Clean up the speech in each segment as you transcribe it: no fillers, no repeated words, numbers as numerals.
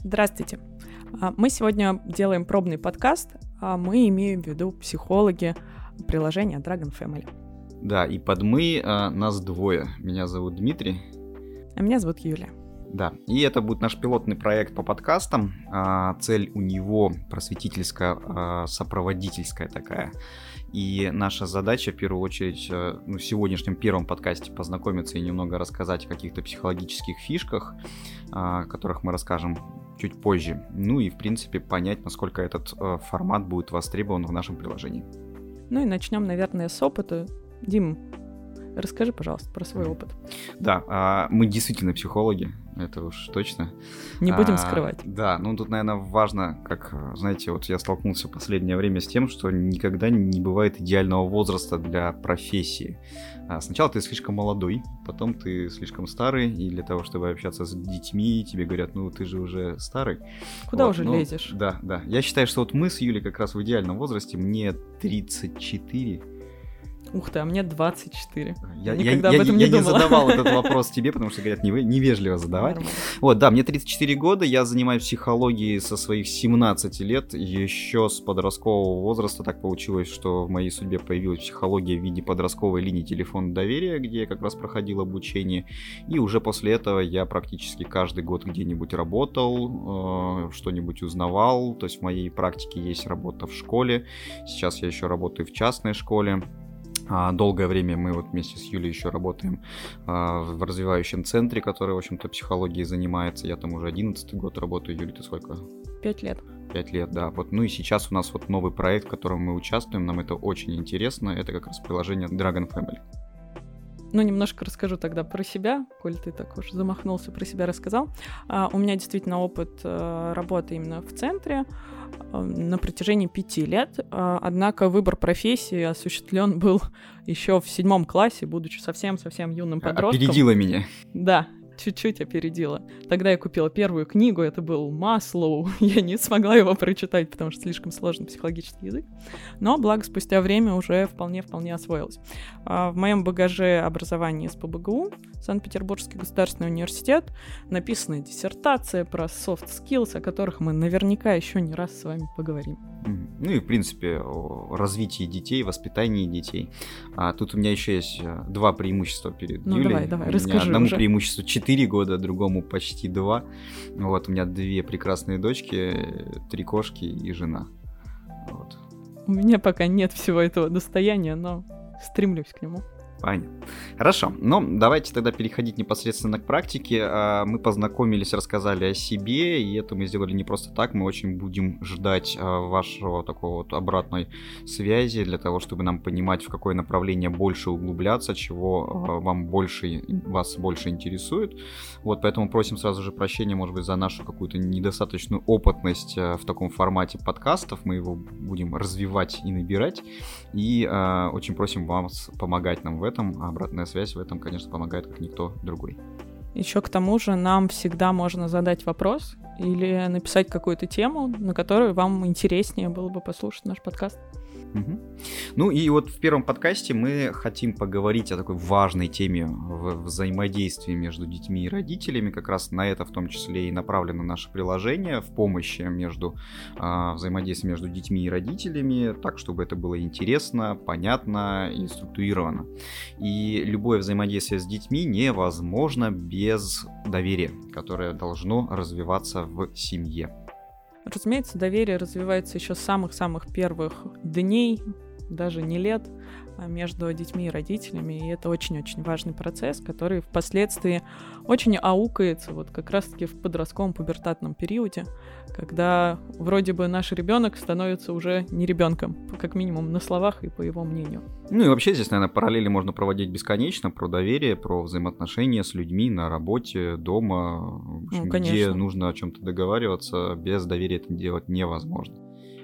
Здравствуйте. Мы сегодня делаем пробный подкаст, мы имеем в виду психологи приложения Dragon Family. Да, и под «мы» нас двое. Меня зовут Дмитрий. А меня зовут Юлия. Да, и это будет наш пилотный проект по подкастам. Цель у него просветительская, сопроводительская такая. И наша задача, в первую очередь, в сегодняшнем первом подкасте познакомиться и немного рассказать о каких-то психологических фишках, о которых мы расскажем чуть позже. Ну и, в принципе, понять, насколько этот формат будет востребован в нашем приложении. Ну и начнем, наверное, с опыта. Дим, расскажи, пожалуйста, про свой опыт. Да, мы действительно психологи, это уж точно. Не будем скрывать. Да, тут, наверное, важно, как, знаете, вот я столкнулся в последнее время с тем, что никогда не бывает идеального возраста для профессии. Сначала ты слишком молодой, потом ты слишком старый, и для того, чтобы общаться с детьми, тебе говорят, ты же уже старый. Куда уже лезешь? Да. Я считаю, что вот мы с Юлей как раз в идеальном возрасте, мне 34. Ух ты, а мне 24. Я никогда об этом не думала. Я не задавал этот вопрос тебе, потому что, говорят, невежливо задавать. Нормально. Вот, да, мне 34 года, я занимаюсь психологией со своих 17 лет, еще с подросткового возраста. Так получилось, что в моей судьбе появилась психология в виде подростковой линии телефона доверия, где я как раз проходил обучение. И уже после этого я практически каждый год где-нибудь работал, что-нибудь узнавал. То есть в моей практике есть работа в школе. Сейчас я еще работаю в частной школе. Долгое время мы вот вместе с Юлей еще работаем в развивающем центре, который, в общем-то, психологией занимается. Я там уже 11-й год работаю. Юля, ты сколько? 5 лет. 5 лет, да. Вот, и сейчас у нас вот новый проект, в котором мы участвуем. Нам это очень интересно. Это как раз приложение Dragon Family. Немножко расскажу тогда про себя, коль ты так уж замахнулся, про себя рассказал. У меня действительно опыт работы именно в центре на протяжении 5 лет, однако выбор профессии осуществлен был еще в 7 классе, будучи совсем-совсем юным подростком. Опередила меня. Да. Чуть-чуть опередила. Тогда я купила первую книгу, это был Маслоу. Я не смогла его прочитать, потому что слишком сложный психологический язык. Но, благо, спустя время уже вполне освоилась. В моем багаже образование СПбГУ, Санкт-Петербургский государственный университет, написана диссертация про soft skills, о которых мы наверняка еще не раз с вами поговорим. И, в принципе, о развитии детей, воспитании детей. Тут у меня еще есть 2 преимущества перед Юлей. Давай, расскажи одному уже. Преимуществу 4 года, другому почти 2. Вот, у меня 2 прекрасные дочки, 3 кошки и жена. Вот. У меня пока нет всего этого достояния, но стремлюсь к нему. Понятно. Хорошо, давайте тогда переходить непосредственно к практике. Мы познакомились, рассказали о себе, и это мы сделали не просто так. Мы очень будем ждать вашего такого вот обратной связи для того, чтобы нам понимать, в какое направление больше углубляться, чего вас больше интересует. Вот, поэтому просим сразу же прощения, может быть, за нашу какую-то недостаточную опытность в таком формате подкастов. Мы его будем развивать и набирать, и очень просим вас помогать нам в этом, а обратная связь в этом, конечно, помогает как никто другой. Еще к тому же нам всегда можно задать вопрос или написать какую-то тему, на которую вам интереснее было бы послушать наш подкаст. Угу. И вот в первом подкасте мы хотим поговорить о такой важной теме взаимодействия между детьми и родителями. Как раз на это в том числе и направлено наше приложение в помощи взаимодействия между детьми и родителями, так, чтобы это было интересно, понятно и структурировано. И любое взаимодействие с детьми невозможно без доверия, которое должно развиваться в семье. Разумеется, доверие развивается еще с самых-самых первых дней, даже не лет, между детьми и родителями, и это очень-очень важный процесс, который впоследствии очень аукается вот как раз-таки в подростковом пубертатном периоде, когда вроде бы наш ребенок становится уже не ребенком, как минимум на словах и по его мнению. И вообще здесь, наверное, параллели можно проводить бесконечно про доверие, про взаимоотношения с людьми на работе, дома, в общем, где нужно о чем-то договариваться, без доверия это делать невозможно.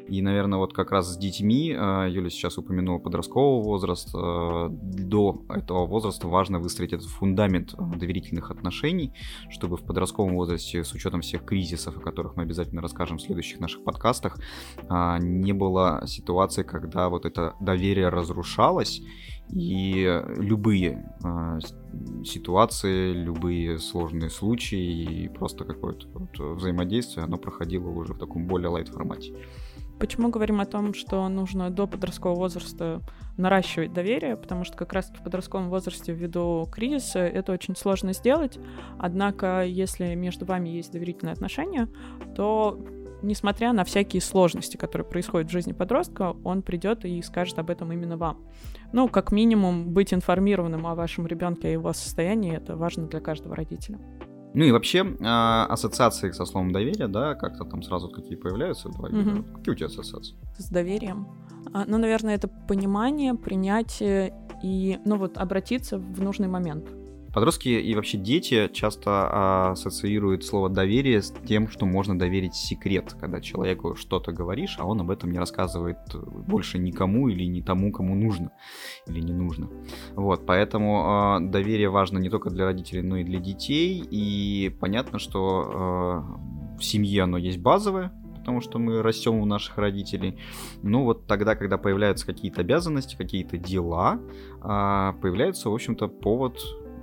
И, наверное, вот как раз с детьми, Юля сейчас упомянула подростковый возраст, до этого возраста важно выстроить этот фундамент доверительных отношений, чтобы в подростковом возрасте, с учетом всех кризисов, о которых мы обязательно расскажем в следующих наших подкастах, не было ситуации, когда вот это доверие разрушалось, и любые ситуации, любые сложные случаи и просто какое-то вот взаимодействие, оно проходило уже в таком более лайт формате. Почему говорим о том, что нужно до подросткового возраста наращивать доверие? Потому что как раз-таки в подростковом возрасте ввиду кризиса это очень сложно сделать. Однако, если между вами есть доверительные отношения, то, несмотря на всякие сложности, которые происходят в жизни подростка, он придет и скажет об этом именно вам. Ну, как минимум, быть информированным о вашем ребенке и его состоянии — это важно для каждого родителя. Ну и вообще, ассоциации со словом доверие, да, как-то там сразу какие появляются? Какие у тебя ассоциации? С доверием. Ну, наверное, это понимание, принятие и, обратиться в нужный момент. Подростки и вообще дети часто ассоциируют слово «доверие» с тем, что можно доверить секрет, когда человеку что-то говоришь, а он об этом не рассказывает больше никому или не тому, кому нужно или не нужно. Вот, поэтому доверие важно не только для родителей, но и для детей, и понятно, что в семье оно есть базовое, потому что мы растем у наших родителей. Но вот тогда, когда появляются какие-то обязанности, какие-то дела, появляется, в общем-то, повод,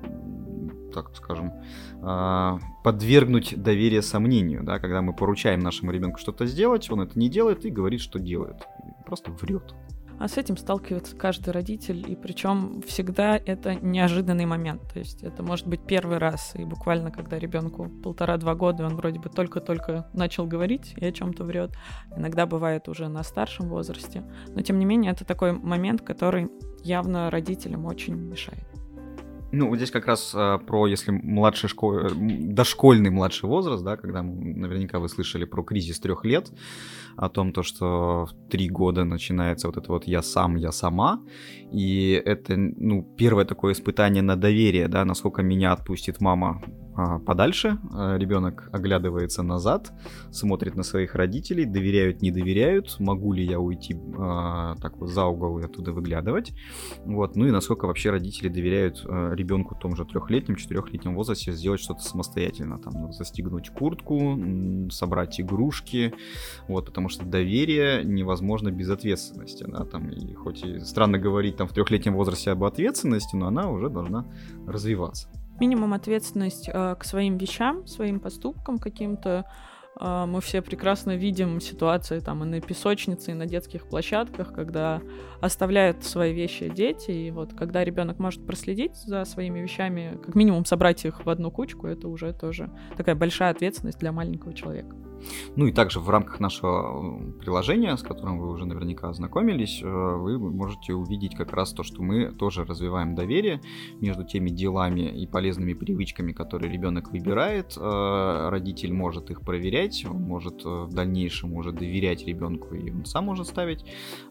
так скажем, подвергнуть доверие сомнению, да, когда мы поручаем нашему ребенку что-то сделать, он это не делает и говорит, что делает. Просто врет. А с этим сталкивается каждый родитель, и причем всегда это неожиданный момент. То есть это может быть первый раз, и буквально когда ребенку 1,5-2 года, он вроде бы только-только начал говорить и о чем-то врет. Иногда бывает уже на старшем возрасте. Но тем не менее это такой момент, который явно родителям очень мешает. Ну, вот здесь как раз про, если дошкольный младший возраст, да, когда наверняка вы слышали про кризис 3 лет, о том, что в 3 года начинается вот это вот «я сам, я сама», и это, первое такое испытание на доверие, да, насколько меня отпустит мама подальше, ребенок оглядывается назад, смотрит на своих родителей, доверяют, не доверяют, могу ли я уйти так вот за угол и оттуда выглядывать, вот, ну и насколько вообще родители доверяют ребенку в том же 3-летнем, 4-летнем возрасте сделать что-то самостоятельно, там, застегнуть куртку, собрать игрушки, вот, потому что доверие невозможно без ответственности, да, там, и хоть и странно говорить там в 3-летнем возрасте об ответственности, но она уже должна развиваться. Минимум ответственность к своим вещам, своим поступкам каким-то. Мы все прекрасно видим ситуации там и на песочнице, и на детских площадках, когда оставляют свои вещи дети, и вот когда ребенок может проследить за своими вещами, как минимум собрать их в одну кучку, это уже тоже такая большая ответственность для маленького человека. Ну и также в рамках нашего приложения, с которым вы уже наверняка ознакомились, вы можете увидеть как раз то, что мы тоже развиваем доверие между теми делами и полезными привычками, которые ребенок выбирает. Родитель может их проверять, он может в дальнейшем уже доверять ребенку, и он сам может ставить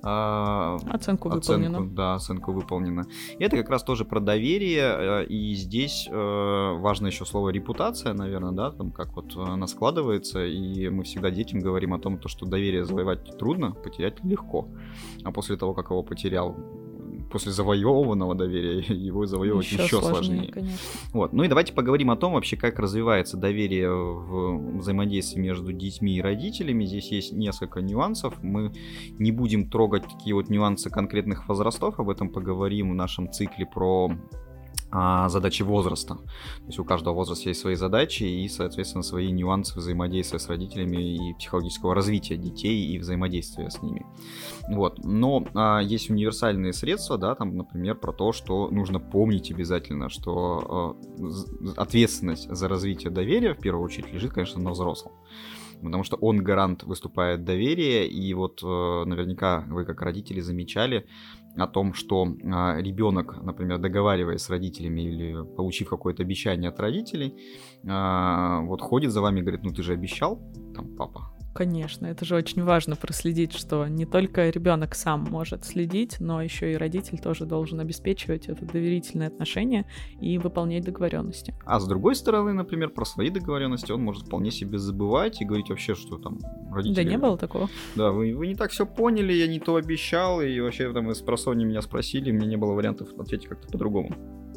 оценку выполнена. Да, оценку выполнена. И это как раз тоже про доверие, и здесь важно еще слово репутация, наверное, да, там как вот она складывается, и мы всегда детям говорим о том, что доверие завоевать трудно, потерять легко. А после того, как его потерял, после завоеванного доверия, его завоевывать еще сложнее. Вот. Ну и давайте поговорим о том вообще, как развивается доверие в взаимодействии между детьми и родителями. Здесь есть несколько нюансов. Мы не будем трогать такие вот нюансы конкретных возрастов, об этом поговорим в нашем цикле про задачи возраста. То есть у каждого возраста есть свои задачи и, соответственно, свои нюансы взаимодействия с родителями и психологического развития детей и взаимодействия с ними. Вот. Но есть универсальные средства, да, там, например, про то, что нужно помнить обязательно, что ответственность за развитие доверия в первую очередь лежит, конечно, на взрослом. Потому что он гарант выступает доверия, и вот наверняка вы как родители замечали о том, что ребенок, например, договариваясь с родителями или получив какое-то обещание от родителей, вот ходит за вами и говорит: ну ты же обещал, там, папа, Конечно, это же очень важно проследить, что не только ребенок сам может следить, но еще и родитель тоже должен обеспечивать это доверительное отношение и выполнять договоренности. А с другой стороны, например, про свои договоренности он может вполне себе забывать и говорить вообще, что там родители... Да не было такого. Да, вы не так все поняли, я не то обещал, и вообще там из просонья меня спросили, у меня не было вариантов ответить как-то по-другому.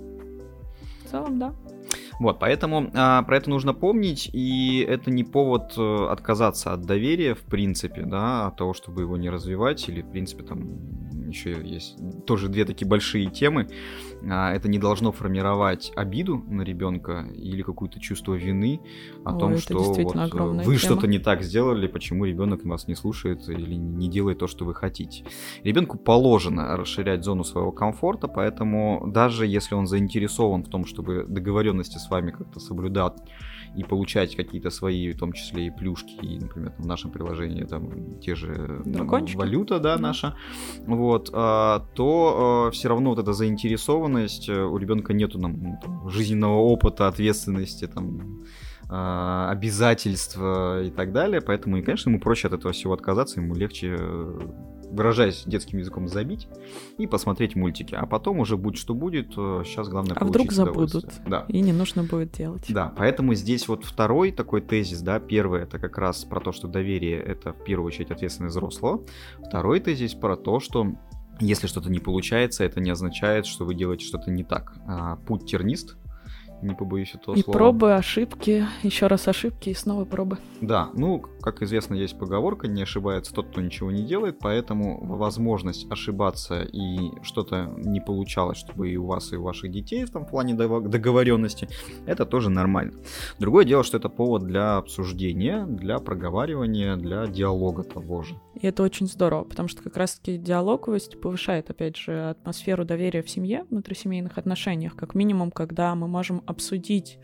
В целом, да. Вот, поэтому про это нужно помнить, и это не повод отказаться от доверия, в принципе, да, от того, чтобы его не развивать, или, в принципе, там еще есть тоже две такие большие темы. Это не должно формировать обиду на ребенка или какое-то чувство вины о том, что вот вы что-то не так сделали, почему ребенок вас не слушает или не делает то, что вы хотите. Ребенку положено расширять зону своего комфорта, поэтому даже если он заинтересован в том, чтобы договоренности с вами как-то соблюдать и получать какие-то свои, в том числе и плюшки, и, например, в нашем приложении там те же валюта, да, наша, вот, то все равно вот эта заинтересованность, у ребенка нету там, жизненного опыта, ответственности, там, обязательства и так далее, поэтому, и, конечно, ему проще от этого всего отказаться, ему легче, выражаясь детским языком, забить и посмотреть мультики, а потом уже будь что будет, сейчас главное получить вдруг забудут, да. И не нужно будет делать. Да, поэтому здесь вот второй такой тезис, да, первый это как раз про то, что доверие это в первую очередь ответственность взрослого, второй тезис про то, что если что-то не получается, это не означает, что вы делаете что-то не так. Путь тернист, не побоюсь этого слова. И пробы, ошибки, еще раз ошибки и снова пробы. Да, ну, как известно, есть поговорка, не ошибается тот, кто ничего не делает, поэтому возможность ошибаться и что-то не получалось, чтобы и у вас, и у ваших детей в том плане договоренности, это тоже нормально. Другое дело, что это повод для обсуждения, для проговаривания, для диалога того же. И это очень здорово, потому что как раз-таки диалоговость повышает, опять же, атмосферу доверия в семье, внутрисемейных отношениях, как минимум, когда мы можем обсудить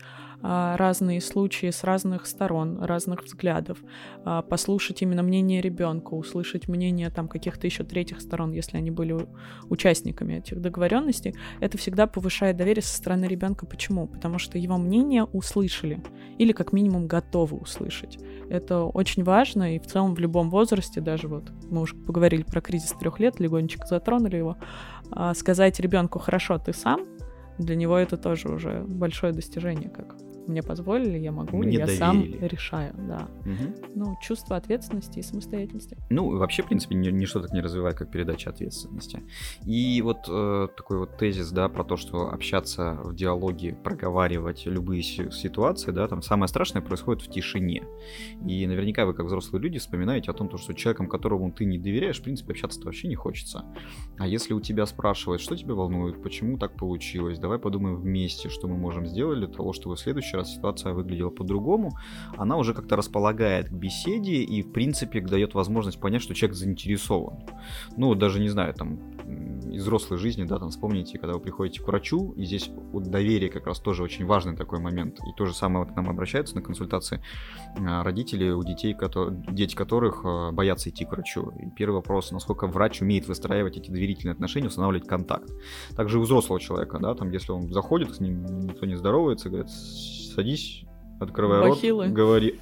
разные случаи с разных сторон, разных взглядов, послушать именно мнение ребенка, услышать мнение там каких-то еще третьих сторон, если они были участниками этих договоренностей, это всегда повышает доверие со стороны ребенка. Почему? Потому что его мнение услышали или как минимум готовы услышать. Это очень важно, и в целом в любом возрасте, даже вот мы уже поговорили про кризис 3 лет, легонечко затронули его, сказать ребенку: хорошо, ты сам, для него это тоже уже большое достижение, как мне позволили, я могу, мне я доверили. Сам решаю, да. Угу. Ну, чувство ответственности и самостоятельности. Ну, вообще, в принципе, ничто так не развивает, как передача ответственности. И вот такой вот тезис, да, про то, что общаться в диалоге, проговаривать любые ситуации, да, там самое страшное происходит в тишине. И наверняка вы, как взрослые люди, вспоминаете о том, что человеком, которому ты не доверяешь, в принципе, общаться-то вообще не хочется. А если у тебя спрашивают, что тебя волнует, почему так получилось, давай подумаем вместе, что мы можем сделать для того, чтобы в следующий раз ситуация выглядела по-другому, она уже как-то располагает к беседе и, в принципе, дает возможность понять, что человек заинтересован. Ну, даже, не знаю, там, из взрослой жизни, да, там, вспомните, когда вы приходите к врачу, и здесь вот доверие как раз тоже очень важный такой момент. И то же самое вот к нам обращаются на консультации родители у детей, дети которых боятся идти к врачу. И первый вопрос, насколько врач умеет выстраивать эти доверительные отношения, устанавливать контакт. Также и у взрослого человека, да, там, если он заходит, с ним никто не здоровается, говорит: садись, открывай Бахилы. рот, говори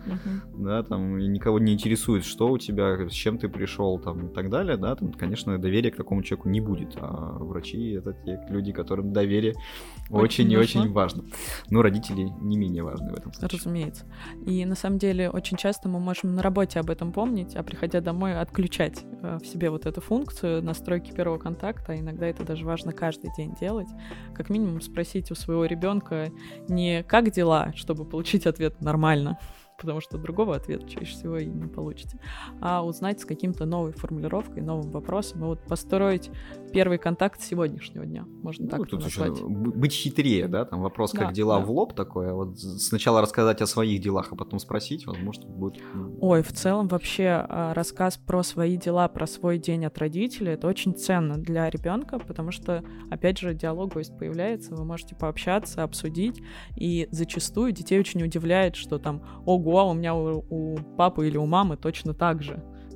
да, там, и никого не интересует, что у тебя, с чем ты пришел, там, и так далее, да, там, конечно, доверия к такому человеку не будет, а врачи — это те люди, которым доверие очень и очень важно. Но родители не менее важны в этом случае. Разумеется. И на самом деле очень часто мы можем на работе об этом помнить, а приходя домой отключать в себе вот эту функцию настройки первого контакта. Иногда это даже важно каждый день делать. Как минимум спросить у своего ребенка не «как дела?», чтобы получить ответ «нормально», потому что другого ответа чаще всего и не получите, а узнать с каким-то новой формулировкой, новым вопросом, и вот построить первый контакт сегодняшнего дня, можно так тут назвать. Еще быть хитрее, да, там вопрос, как дела в лоб такой, а вот сначала рассказать о своих делах, а потом спросить, возможно, будет... Ой, в целом вообще рассказ про свои дела, про свой день от родителей, это очень ценно для ребенка, потому что, опять же, диалоговость появляется, вы можете пообщаться, обсудить, и зачастую детей очень удивляет, что там, ого, у меня у папы или у мамы точно так же. То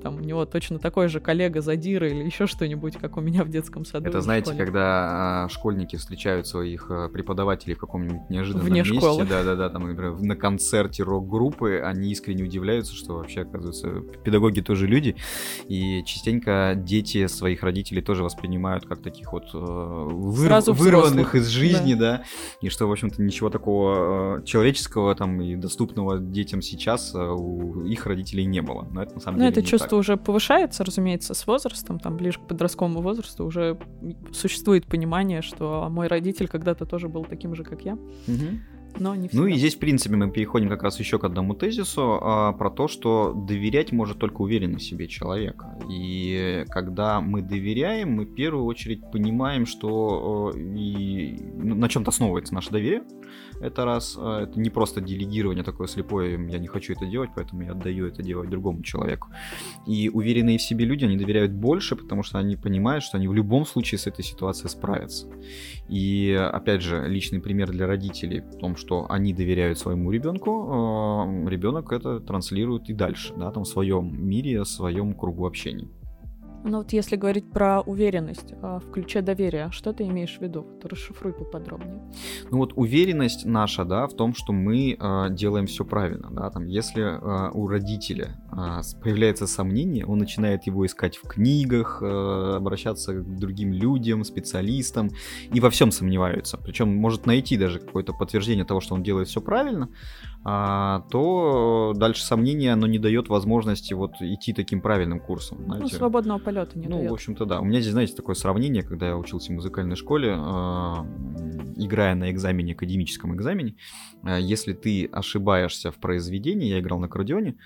там у него точно такой же коллега задира или еще что-нибудь, как у меня в детском саду. Это, знаете, когда школьники встречают своих преподавателей в каком-нибудь неожиданном Вне месте, школы. да, там, например, на концерте рок-группы, они искренне удивляются, что вообще, оказывается, педагоги тоже люди, и частенько дети своих родителей тоже воспринимают как таких вот вырванных из жизни, да, и что, в общем-то, ничего такого человеческого там и доступного детям сейчас у их родителей не было. Но это на самом деле это не чувство так. уже повышается, разумеется, с возрастом, там ближе к подростковому возрасту уже существует понимание, что мой родитель когда-то тоже был таким же, как я. Но не всегда. Ну и здесь, в принципе, мы переходим как раз еще к одному тезису про то, что доверять может только уверенный в себе человек. И когда мы доверяем, мы в первую очередь понимаем, что на чем-то основывается наше доверие. Это раз. Это не просто делегирование такое слепое, я не хочу это делать, поэтому я отдаю это делать другому человеку. И уверенные в себе люди, они доверяют больше, потому что они понимают, что они в любом случае с этой ситуацией справятся. И, опять же, личный пример для родителей в том, что они доверяют своему ребенку, ребенок это транслирует и дальше, да, там в своем мире, в своем кругу общения. Ну вот если говорить про уверенность в ключе доверия, что ты имеешь в виду? Расшифруй поподробнее. Ну вот уверенность наша, да, в том, что мы делаем все правильно, да, там, если у родителя появляется сомнение, он начинает его искать в книгах, обращаться к другим людям, специалистам, и во всем сомневаются, причем может найти даже какое-то подтверждение того, что он делает все правильно, то дальше сомнение, оно не дает возможности вот идти таким правильным курсом. Знаете. Ну, свободного полета не дает. В общем-то, да. У меня здесь, знаете, такое сравнение, когда я учился в музыкальной школе, играя на экзамене, академическом экзамене, если ты ошибаешься в произведении, я играл на аккордеоне,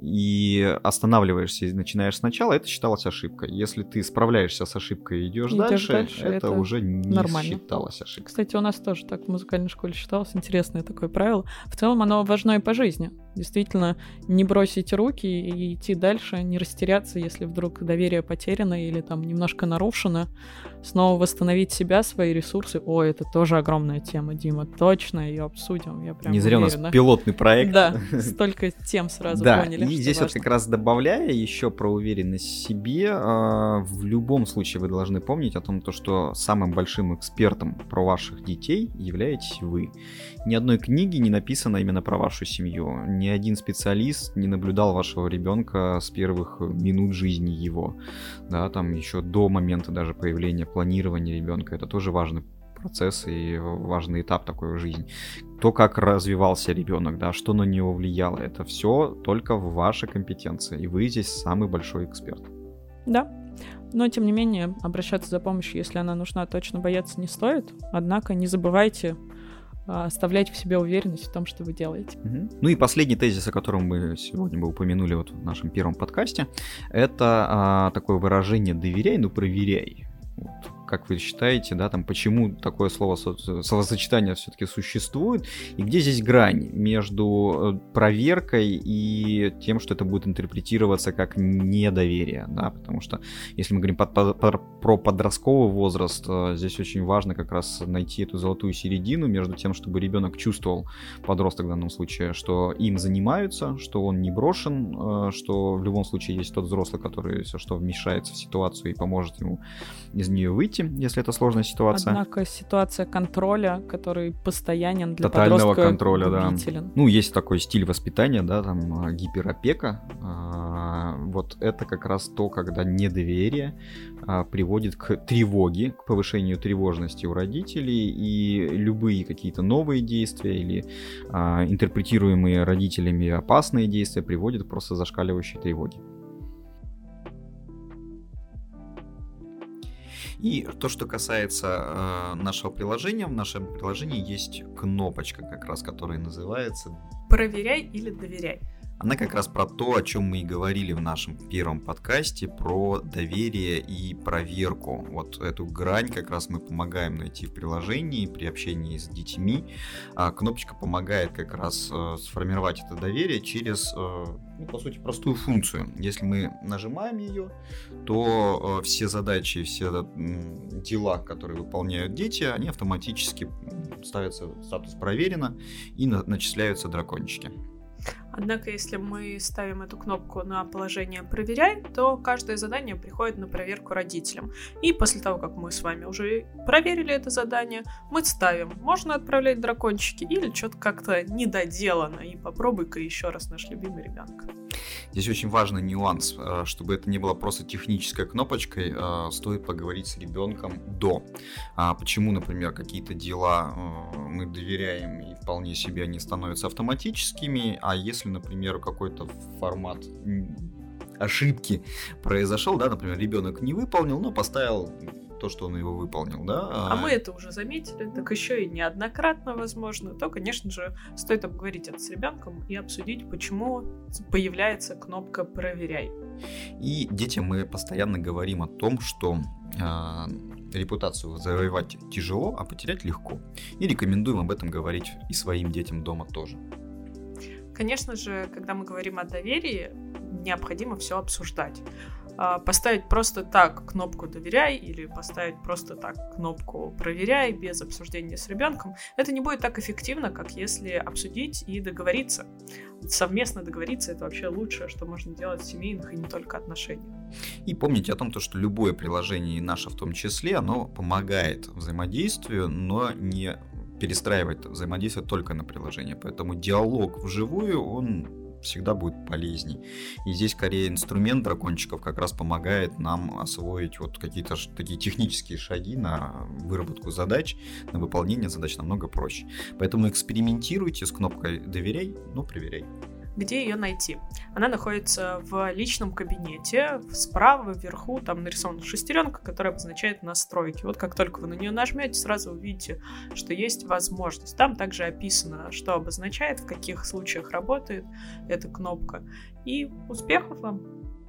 и останавливаешься и начинаешь сначала, это считалось ошибкой. Если ты справляешься с ошибкой и идешь дальше, это уже не нормально. считалось ошибкой. Кстати, у нас тоже так в музыкальной школе считалось. Интересное такое правило. В целом оно важно и по жизни. Действительно, не бросить руки и идти дальше, не растеряться, если вдруг доверие потеряно или там немножко нарушено. Снова восстановить себя, свои ресурсы. Ой, это тоже огромная тема, Дима. Точно, ее обсудим. Я прям не зря уверена. У нас пилотный проект. Да, столько тем сразу поняли. Да, и здесь вот как раз добавляя еще про уверенность в себе, в любом случае вы должны помнить о том, что самым большим экспертом про ваших детей являетесь вы. Ни одной книги не написано именно про вашу семью. Ни один специалист не наблюдал вашего ребенка с первых минут жизни его. Да, там еще до момента даже появления планирования ребенка. Это тоже важный процесс и важный этап такой в жизни. То, как развивался ребенок, да, что на него влияло, это все только в вашей компетенции. И вы здесь самый большой эксперт. Да. Но, тем не менее, обращаться за помощью, если она нужна, точно бояться не стоит. Однако не забывайте оставлять в себе уверенность в том, что вы делаете. Ну и последний тезис, о котором мы сегодня бы упомянули вот в нашем первом подкасте, это такое выражение «доверяй, но проверяй». Вот. Как вы считаете, да, там, почему такое словосочетание все-таки существует, и где здесь грань между проверкой и тем, что это будет интерпретироваться как недоверие, да, потому что если мы говорим про подростковый возраст, здесь очень важно как раз найти эту золотую середину между тем, чтобы ребенок чувствовал, подросток в данном случае, что им занимаются, что он не брошен, что в любом случае есть тот взрослый, который, если что, вмешается в ситуацию и поможет ему из нее выйти, если это сложная ситуация. Однако ситуация контроля, который постоянен для тотального подростка, контроля, губителен. Да. Ну, есть такой стиль воспитания, да, там гиперопека. Вот это как раз то, когда недоверие приводит к тревоге, к повышению тревожности у родителей, и любые какие-то новые действия или интерпретируемые родителями опасные действия приводят просто к зашкаливающей тревоге. И то, что касается нашего приложения, в нашем приложении есть кнопочка, как раз, которая называется «Проверяй или доверяй». Она как раз про то, о чем мы и говорили в нашем первом подкасте, про доверие и проверку. Вот эту грань как раз мы помогаем найти в приложении при общении с детьми. Кнопочка помогает как раз сформировать это доверие через, по сути, простую функцию. Если мы нажимаем ее, то все задачи, все дела, которые выполняют дети, они автоматически ставятся в статус «проверено» и начисляются дракончики. Однако, если мы ставим эту кнопку на положение «Проверяй», то каждое задание приходит на проверку родителям. И после того, как мы с вами уже проверили это задание, мы ставим «Можно отправлять дракончики» или что-то как-то недоделано, и попробуй-ка еще раз наш любимый ребенка. Здесь очень важный нюанс, чтобы это не было просто технической кнопочкой, стоит поговорить с ребенком до. Почему, например, какие-то дела мы доверяем и вполне себе они становятся автоматическими, а если, например, какой-то формат ошибки произошел, да, например, ребенок не выполнил, но поставил то, что он его выполнил, да. А мы это уже заметили, так еще и неоднократно, возможно, то, конечно же, стоит обговорить это с ребенком и обсудить, почему появляется кнопка «Проверяй». И детям мы постоянно говорим о том, что репутацию завоевать тяжело, а потерять легко. И рекомендуем об этом говорить и своим детям дома тоже. Конечно же, когда мы говорим о доверии, необходимо все обсуждать. Поставить просто так кнопку «Доверяй» или поставить просто так кнопку «Проверяй» без обсуждения с ребенком, это не будет так эффективно, как если обсудить и договориться. Совместно договориться — это вообще лучшее, что можно делать в семейных и не только отношениях. И помните о том, что любое приложение, наше в том числе, оно помогает взаимодействию, но не перестраивает взаимодействие только на приложение. Поэтому диалог вживую, он всегда будет полезней. И здесь скорее инструмент дракончиков как раз помогает нам освоить вот какие-то такие технические шаги на выработку задач, на выполнение задач намного проще. Поэтому экспериментируйте с кнопкой «Доверяй», но проверяй. Где ее найти? Она находится в личном кабинете, справа вверху там нарисована шестеренка, которая обозначает настройки. Вот как только вы на нее нажмете, сразу увидите, что есть возможность. Там также описано, что обозначает, в каких случаях работает эта кнопка. И успехов вам!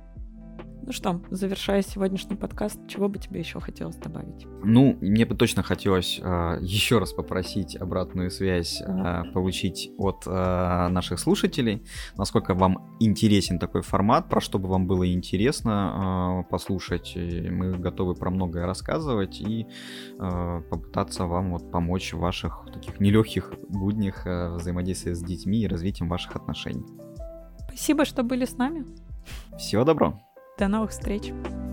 Ну что, завершая сегодняшний подкаст, чего бы тебе еще хотелось добавить? Ну, мне бы точно хотелось еще раз попросить обратную связь получить от наших слушателей, насколько вам интересен такой формат, про что бы вам было интересно послушать. И мы готовы про многое рассказывать и попытаться вам вот помочь в ваших таких нелегких буднях взаимодействия с детьми и развитием ваших отношений. Спасибо, что были с нами. Всего доброго! До новых встреч!